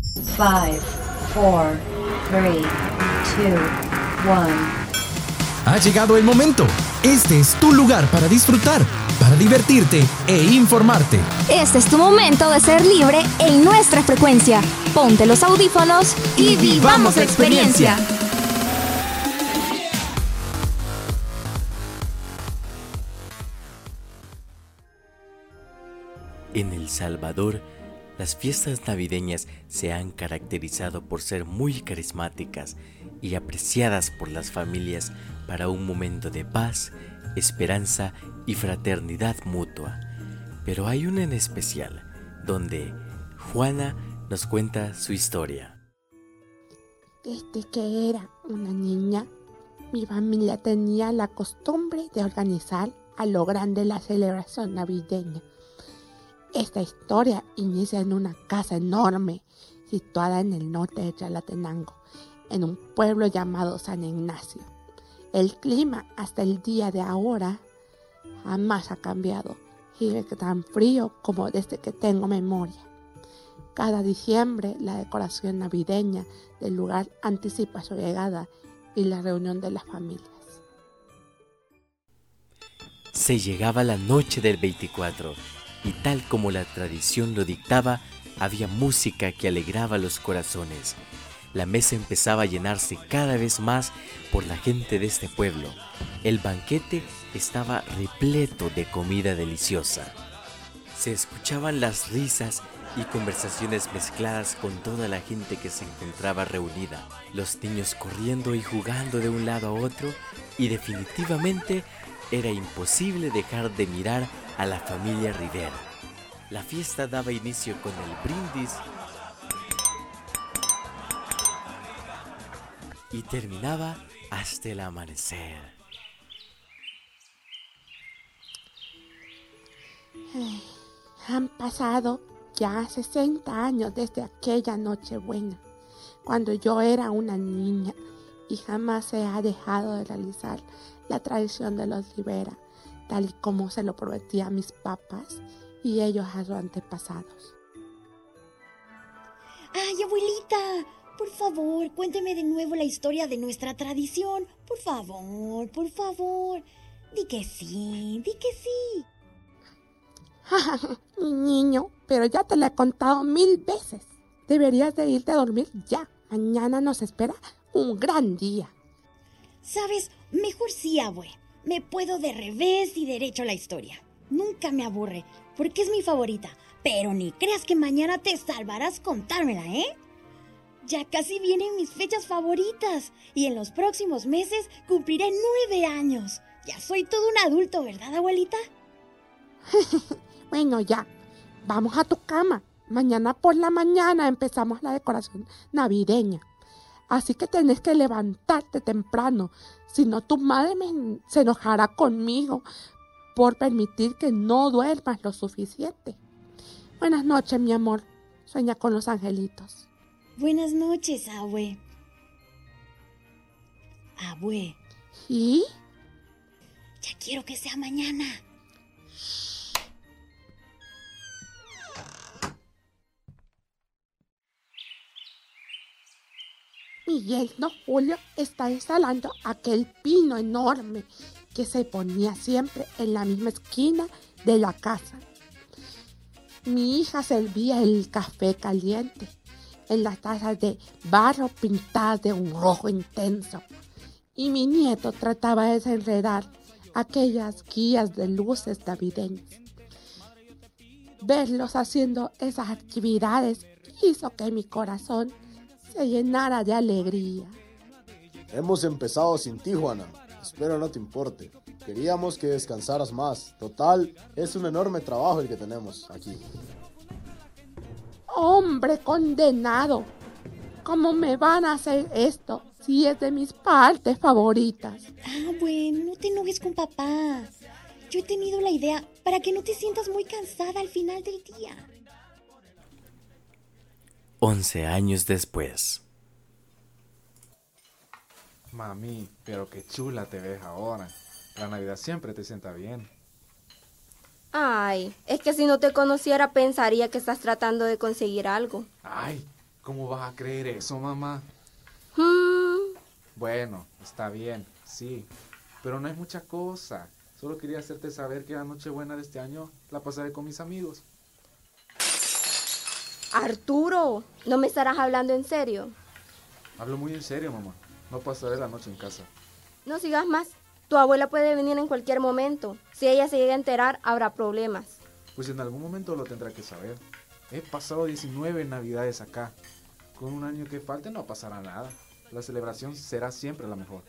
5, 4, 3, 2, 1. Ha llegado el momento. Este es tu lugar para disfrutar, para divertirte e informarte. Este es tu momento de ser libre en nuestra frecuencia. Ponte los audífonos y vivamos la experiencia. En El Salvador, las fiestas navideñas se han caracterizado por ser muy carismáticas y apreciadas por las familias para un momento de paz, esperanza y fraternidad mutua. Pero hay una en especial, donde Juana nos cuenta su historia. Desde que era una niña, mi familia tenía la costumbre de organizar a lo grande la celebración navideña. Esta historia inicia en una casa enorme situada en el norte de Chalatenango, en un pueblo llamado San Ignacio. El clima hasta el día de ahora jamás ha cambiado, sigue tan frío como desde que tengo memoria. Cada diciembre la decoración navideña del lugar anticipa su llegada y la reunión de las familias. Se llegaba la noche del 24 y tal como la tradición lo dictaba, había música que alegraba los corazones. La mesa empezaba a llenarse cada vez más por la gente de este pueblo. El banquete estaba repleto de comida deliciosa. Se escuchaban las risas y conversaciones mezcladas con toda la gente que se encontraba reunida. Los niños corriendo y jugando de un lado a otro, y definitivamente era imposible dejar de mirar a la familia Rivera. La fiesta daba inicio con el brindis y terminaba hasta el amanecer. Han pasado ya 60 años desde aquella Nochebuena, cuando yo era una niña, y jamás se ha dejado de realizar la tradición de los Rivera, tal y como se lo prometía a mis papás y ellos a sus antepasados. ¡Ay, abuelita! Por favor, cuénteme de nuevo la historia de nuestra tradición. Por favor, por favor. Di que sí, di que sí. Mi niño, pero ya te la he contado 1000 veces. Deberías de irte a dormir ya. Mañana nos espera un gran día. ¿Sabes? Mejor sí, abue. Me puedo de revés y derecho la historia. Nunca me aburre, porque es mi favorita. Pero ni creas que mañana te salvarás contármela, ¿eh? Ya casi vienen mis fechas favoritas y en los próximos meses cumpliré 9 años. Ya soy todo un adulto, ¿verdad, abuelita? Bueno, ya. Vamos a tu cama. Mañana por la mañana empezamos la decoración navideña. Así que tenés que levantarte temprano. Si no, tu madre se enojará conmigo por permitir que no duermas lo suficiente. Buenas noches, mi amor. Sueña con los angelitos. Buenas noches, abue. Abue. ¿Sí? Ya quiero que sea mañana. Mi yerno Julio está instalando aquel pino enorme que se ponía siempre en la misma esquina de la casa. Mi hija servía el café caliente en las tazas de barro pintadas de un rojo intenso, y mi nieto trataba de desenredar aquellas guías de luces navideñas. Verlos haciendo esas actividades hizo que mi corazón se llenara de alegría. Hemos empezado sin ti, Juana. Espero no te importe. Queríamos que descansaras más. Total, es un enorme trabajo el que tenemos aquí. ¡Hombre condenado! ¿Cómo me van a hacer esto si es de mis partes favoritas? Ah, bueno, no te enojes con papá. Yo he tenido la idea para que no te sientas muy cansada al final del día. 11 años después. Mami, pero qué chula te ves ahora. La Navidad siempre te sienta bien. Ay, es que si no te conociera pensaría que estás tratando de conseguir algo. Ay, ¿Cómo vas a creer eso, mamá? Bueno, está bien, sí, pero no es mucha cosa. Solo quería hacerte saber que la Nochebuena de este año la pasaré con mis amigos. Arturo, ¿no me estarás hablando en serio? Hablo muy en serio, mamá. No pasaré la noche en casa. No sigas más. Tu abuela puede venir en cualquier momento. Si ella se llega a enterar, habrá problemas. Pues en algún momento lo tendrá que saber. He pasado 19 navidades acá. Con un año que falte no pasará nada. La celebración será siempre la mejor.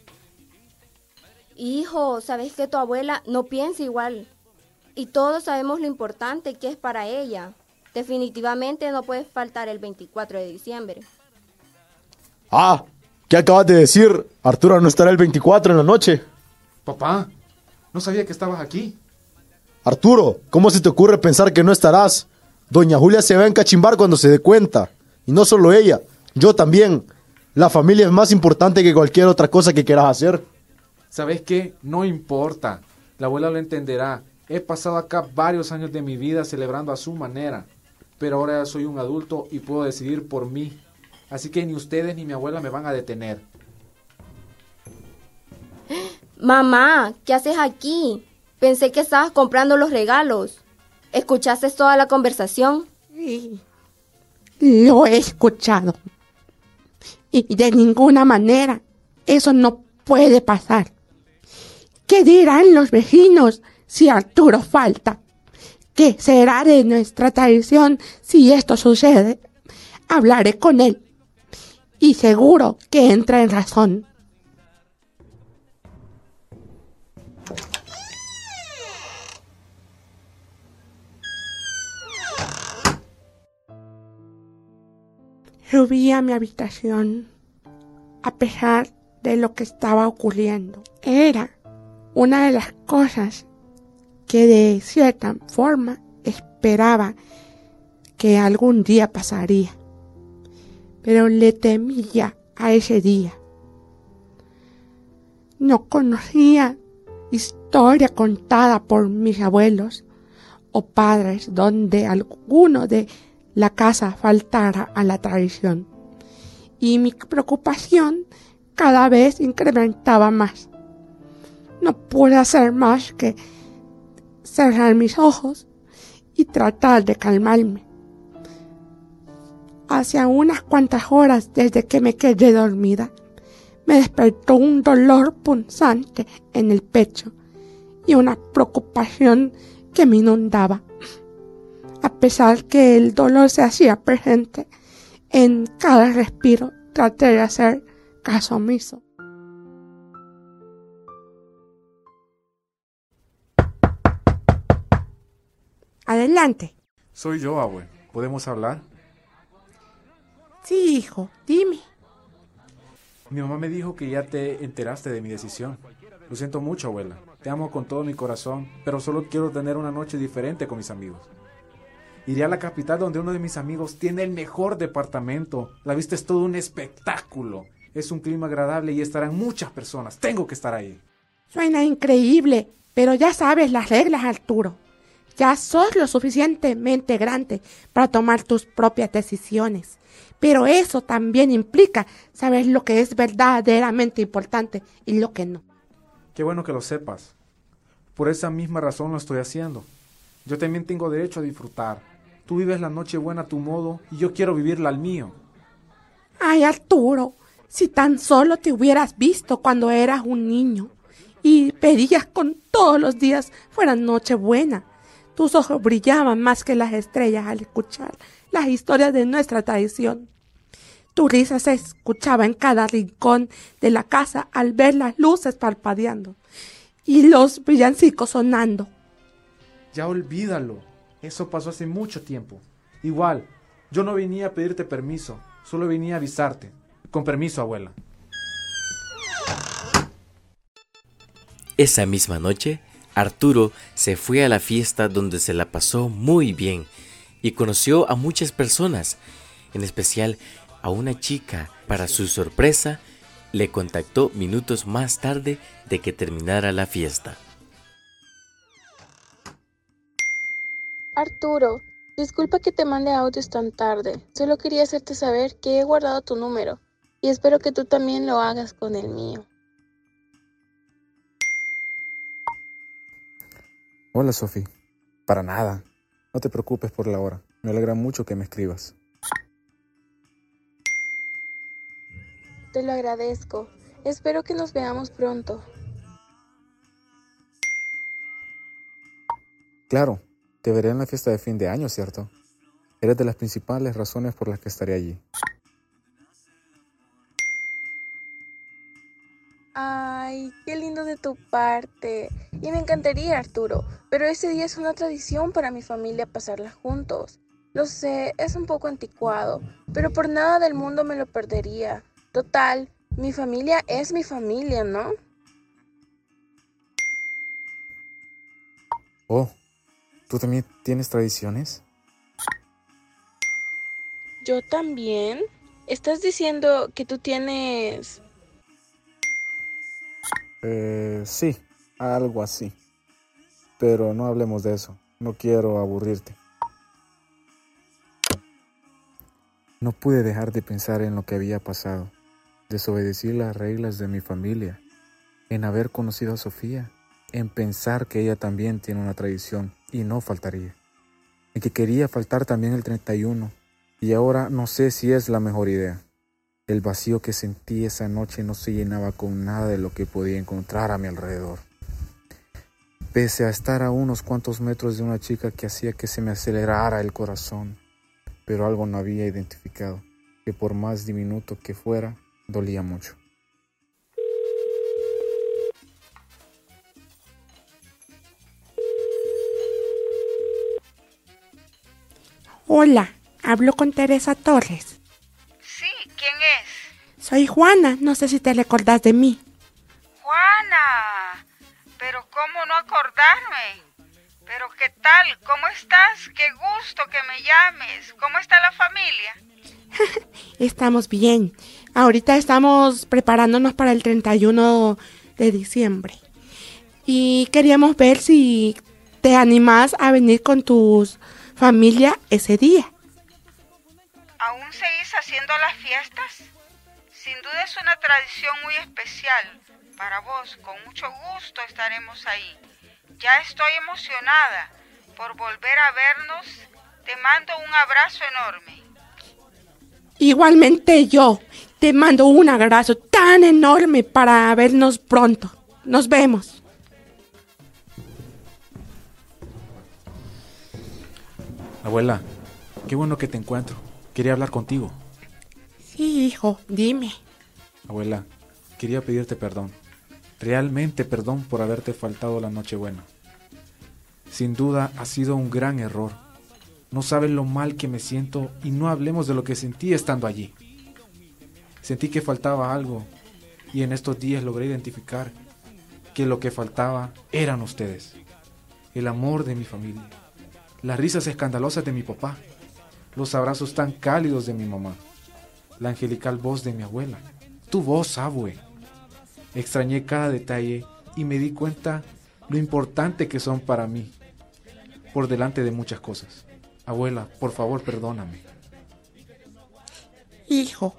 Hijo, sabes que tu abuela no piensa igual. Y todos sabemos lo importante que es para ella. Definitivamente no puede faltar el 24 de diciembre. Ah, ¿qué acabas de decir? Arturo no estará el 24 en la noche. Papá, no sabía que estabas aquí. Arturo, ¿cómo se te ocurre pensar que no estarás? Doña Julia se va a encachimbar cuando se dé cuenta. Y no solo ella, yo también. La familia es más importante que cualquier otra cosa que quieras hacer. ¿Sabes qué? No importa. La abuela lo entenderá. He pasado acá varios años de mi vida celebrando a su manera. Pero ahora soy un adulto y puedo decidir por mí. Así que ni ustedes ni mi abuela me van a detener. Mamá, ¿qué haces aquí? Pensé que estabas comprando los regalos. ¿Escuchaste toda la conversación? Sí, lo he escuchado. Y de ninguna manera eso no puede pasar. ¿Qué dirán los vecinos si Arturo falta? ¿Qué será de nuestra tradición si esto sucede? Hablaré con él y seguro que entra en razón. Subí a mi habitación a pesar de lo que estaba ocurriendo. Era una de las cosas que de cierta forma esperaba que algún día pasaría. Pero le temía a ese día. No conocía historia contada por mis abuelos o padres donde alguno de la casa faltara a la tradición. Y mi preocupación cada vez incrementaba más. No pude hacer más que cerrar mis ojos y tratar de calmarme. Hace unas cuantas horas desde que me quedé dormida, me despertó un dolor punzante en el pecho y una preocupación que me inundaba. A pesar que el dolor se hacía presente en cada respiro, traté de hacer caso omiso. Adelante. Soy yo, abue. ¿Podemos hablar? Sí, hijo, dime. Mi mamá me dijo que ya te enteraste de mi decisión. Lo siento mucho, abuela. Te amo con todo mi corazón, pero solo quiero tener una noche diferente con mis amigos. Iré a la capital donde uno de mis amigos tiene el mejor departamento. La vista es todo un espectáculo. Es un clima agradable y estarán muchas personas. Tengo que estar ahí. Suena increíble, pero ya sabes las reglas, Arturo. Ya sos lo suficientemente grande para tomar tus propias decisiones. Pero eso también implica saber lo que es verdaderamente importante y lo que no. Qué bueno que lo sepas. Por esa misma razón lo estoy haciendo. Yo también tengo derecho a disfrutar. Tú vives la Nochebuena a tu modo y yo quiero vivirla al mío. Ay, Arturo, si tan solo te hubieras visto cuando eras un niño y pedías con todos los días fuera Nochebuena. Tus ojos brillaban más que las estrellas al escuchar las historias de nuestra tradición. Tu risa se escuchaba en cada rincón de la casa al ver las luces parpadeando y los villancicos sonando. Ya olvídalo. Eso pasó hace mucho tiempo. Igual, yo no venía a pedirte permiso, solo venía a avisarte. Con permiso, abuela. Esa misma noche, Arturo se fue a la fiesta donde se la pasó muy bien y conoció a muchas personas, en especial a una chica. Para su sorpresa, le contactó minutos más tarde de que terminara la fiesta. Arturo, Disculpa que te mande audios tan tarde. Solo quería hacerte saber que he guardado tu número y espero que tú también lo hagas con el mío. Hola, Sofi. Para nada. No te preocupes por la hora. Me alegra mucho que me escribas. Te lo agradezco. Espero que nos veamos pronto. Claro, te veré en la fiesta de fin de año, ¿cierto? Eres de las principales razones por las que estaré allí. Ay, qué lindo de tu parte. Y me encantaría, Arturo, pero ese día es una tradición para mi familia pasarla juntos. Lo sé, es un poco anticuado, pero por nada del mundo me lo perdería. Total, mi familia es mi familia, ¿no? Oh, ¿tú también tienes tradiciones? ¿Yo también? ¿Estás diciendo que tú tienes...? Sí, algo así. Pero no hablemos de eso. No quiero aburrirte. No pude dejar de pensar en lo que había pasado. Desobedecí las reglas de mi familia. En haber conocido a Sofía. En pensar que ella también tiene una tradición y no faltaría. En que quería faltar también el 31. Y ahora no sé si es la mejor idea. El vacío que sentí esa noche no se llenaba con nada de lo que podía encontrar a mi alrededor. Pese a estar a unos cuantos metros de una chica que hacía que se me acelerara el corazón, pero algo no había identificado, que por más diminuto que fuera, dolía mucho. Hola, hablo con Teresa Torres. Sí, ¿quién es? Soy Juana, no sé si te recordás de mí. Juana, pero ¿cómo no acordarme? Pero ¿qué tal? ¿Cómo estás? Qué gusto que me llames. ¿Cómo está la familia? Estamos bien. Ahorita estamos preparándonos para el 31 de diciembre. Y queríamos ver si te animás a venir con tu familia ese día. ¿Aún seguís haciendo las fiestas? Sin duda es una tradición muy especial. Para vos, con mucho gusto estaremos ahí. Ya estoy emocionada por volver a vernos. Te mando un abrazo enorme. Igualmente yo te mando un abrazo tan enorme para vernos pronto. Nos vemos. Abuela, qué bueno que te encuentro. Quería hablar contigo. Sí, hijo, dime. Abuela, quería pedirte perdón. Realmente perdón por haberte faltado la Nochebuena. Sin duda ha sido un gran error. No sabes lo mal que me siento y no hablemos de lo que sentí estando allí. Sentí que faltaba algo y en estos días logré identificar que lo que faltaba eran ustedes. El amor de mi familia, las risas escandalosas de mi papá, los abrazos tan cálidos de mi mamá, la angelical voz de mi abuela, tu voz, abue. Extrañé cada detalle y me di cuenta lo importante que son para mí, por delante de muchas cosas. Abuela, por favor, perdóname. Hijo,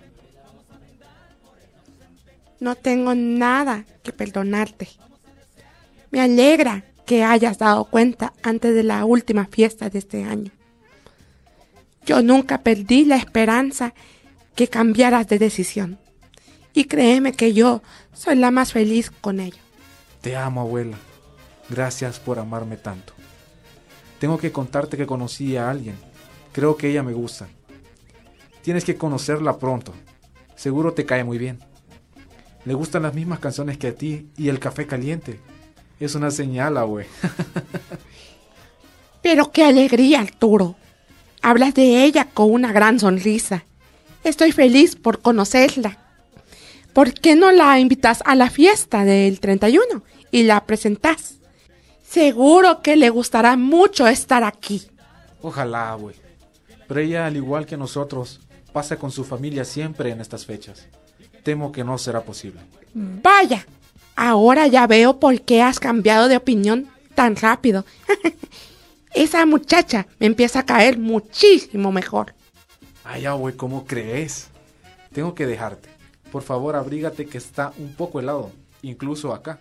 no tengo nada que perdonarte. Me alegra que hayas dado cuenta antes de la última fiesta de este año. Yo nunca perdí la esperanza que cambiaras de decisión. Y créeme que yo soy la más feliz con ello. Te amo, abuela. Gracias por amarme tanto. Tengo que contarte que conocí a alguien. Creo que ella me gusta. Tienes que conocerla pronto. Seguro te cae muy bien. Le gustan las mismas canciones que a ti y el café caliente. Es una señal, abue. Pero qué alegría, Arturo. Hablas de ella con una gran sonrisa. Estoy feliz por conocerla. ¿Por qué no la invitas a la fiesta del 31 y la presentás? Seguro que le gustará mucho estar aquí. Ojalá, abue. Pero ella, al igual que nosotros, pasa con su familia siempre en estas fechas. Temo que no será posible. Vaya, ahora ya veo por qué has cambiado de opinión tan rápido. esa muchacha me empieza a caer muchísimo mejor. Ay, abue, ¿cómo crees? Tengo que dejarte. Por favor, abrígate que está un poco helado, incluso acá.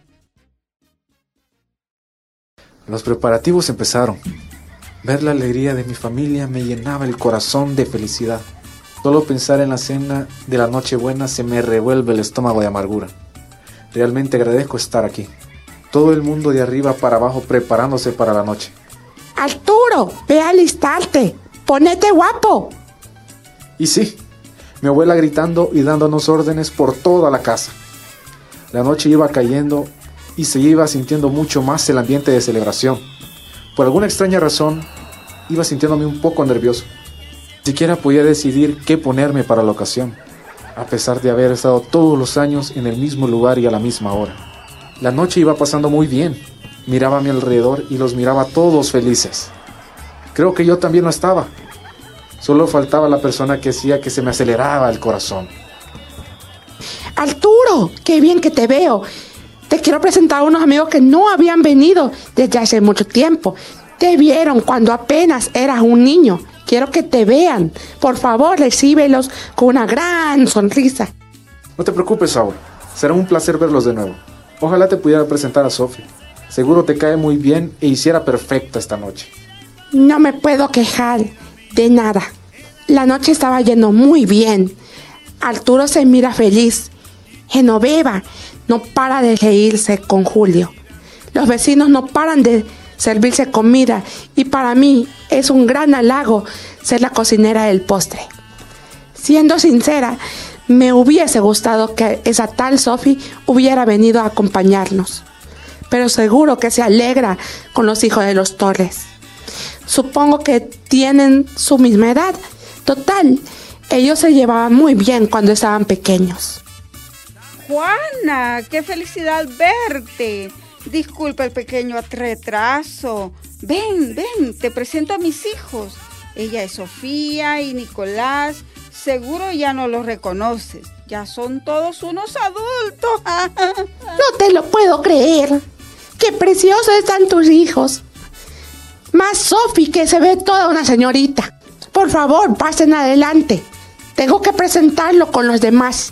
Los preparativos empezaron. Ver la alegría de mi familia me llenaba el corazón de felicidad. Solo pensar en la cena de la Nochebuena se me revuelve el estómago de amargura. Realmente agradezco estar aquí. Todo el mundo de arriba para abajo preparándose para la noche. Arturo, ve a alistarte. Ponete guapo. Y sí, mi abuela gritando y dándonos órdenes por toda la casa. La noche iba cayendo y se iba sintiendo mucho más el ambiente de celebración. Por alguna extraña razón, iba sintiéndome un poco nervioso. Ni siquiera podía decidir qué ponerme para la ocasión, a pesar de haber estado todos los años en el mismo lugar y a la misma hora. La noche iba pasando muy bien. Miraba a mi alrededor y los miraba todos felices. Creo que yo también lo estaba. Solo faltaba la persona que hacía que se me aceleraba el corazón. Arturo, qué bien que te veo. Te quiero presentar a unos amigos que no habían venido desde hace mucho tiempo. Te vieron cuando apenas eras un niño. Quiero que te vean. Por favor, recíbelos con una gran sonrisa. No te preocupes, Saúl. Será un placer verlos de nuevo. Ojalá te pudiera presentar a Sophie. Seguro te cae muy bien e hiciera perfecta esta noche. No me puedo quejar de nada. La noche estaba yendo muy bien. Arturo se mira feliz. Genoveva no para de reírse con Julio. Los vecinos no paran de servirse comida y para mí es un gran halago ser la cocinera del postre. Siendo sincera, me hubiese gustado que esa tal Sophie hubiera venido a acompañarnos, pero seguro que se alegra con los hijos de los Torres. Supongo que tienen su misma edad. Total, ellos se llevaban muy bien cuando estaban pequeños. Juana, qué felicidad verte. Disculpa el pequeño retraso. Ven, te presento a mis hijos. Ella es Sofía y Nicolás. Seguro ya no los reconoces. Ya son todos unos adultos. No te lo puedo creer. Qué preciosos están tus hijos. Más Sophie, que se ve toda una señorita. Por favor, pasen adelante. Tengo que presentarlo con los demás.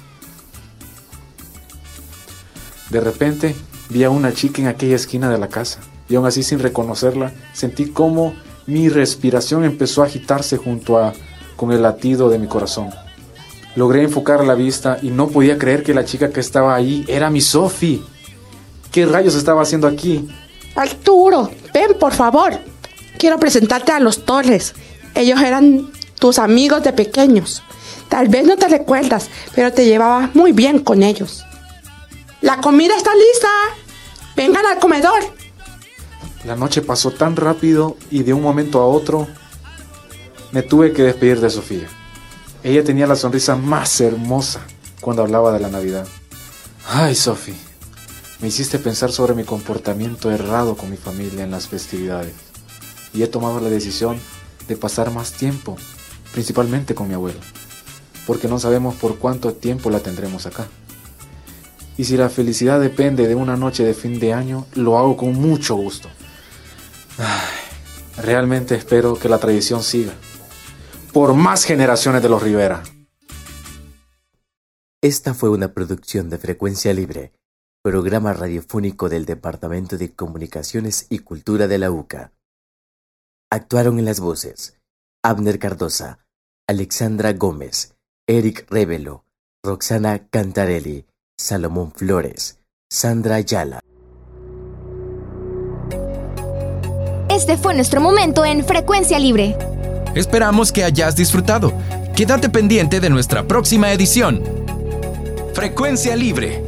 De repente, vi a una chica en aquella esquina de la casa. Y aún así, sin reconocerla, sentí cómo mi respiración empezó a agitarse con el latido de mi corazón. Logré enfocar la vista y no podía creer que la chica que estaba ahí era mi Sophie. ¿Qué rayos estaba haciendo aquí? Arturo, ven por favor. Quiero presentarte a los Torres. Ellos eran tus amigos de pequeños. Tal vez no te recuerdas, pero te llevabas muy bien con ellos. ¡La comida está lista! ¡Vengan al comedor! La noche pasó tan rápido y de un momento a otro me tuve que despedir de Sofía. Ella tenía la sonrisa más hermosa cuando hablaba de la Navidad. Ay, Sophie, me hiciste pensar sobre mi comportamiento errado con mi familia en las festividades. Y he tomado la decisión de pasar más tiempo, principalmente con mi abuela, porque no sabemos por cuánto tiempo la tendremos acá. Y si la felicidad depende de una noche de fin de año, lo hago con mucho gusto. Ay, realmente espero que la tradición siga, por más generaciones de los Rivera. Esta fue una producción de Frecuencia Libre, programa radiofónico del Departamento de Comunicaciones y Cultura de la UCA. Actuaron en las voces Abner Cardosa, Alexandra Gómez, Eric Revelo, Roxana Cantarelli, Salomón Flores, Sandra Ayala. Este fue nuestro momento en Frecuencia Libre. Esperamos que hayas disfrutado. Quédate pendiente de nuestra próxima edición. Frecuencia Libre.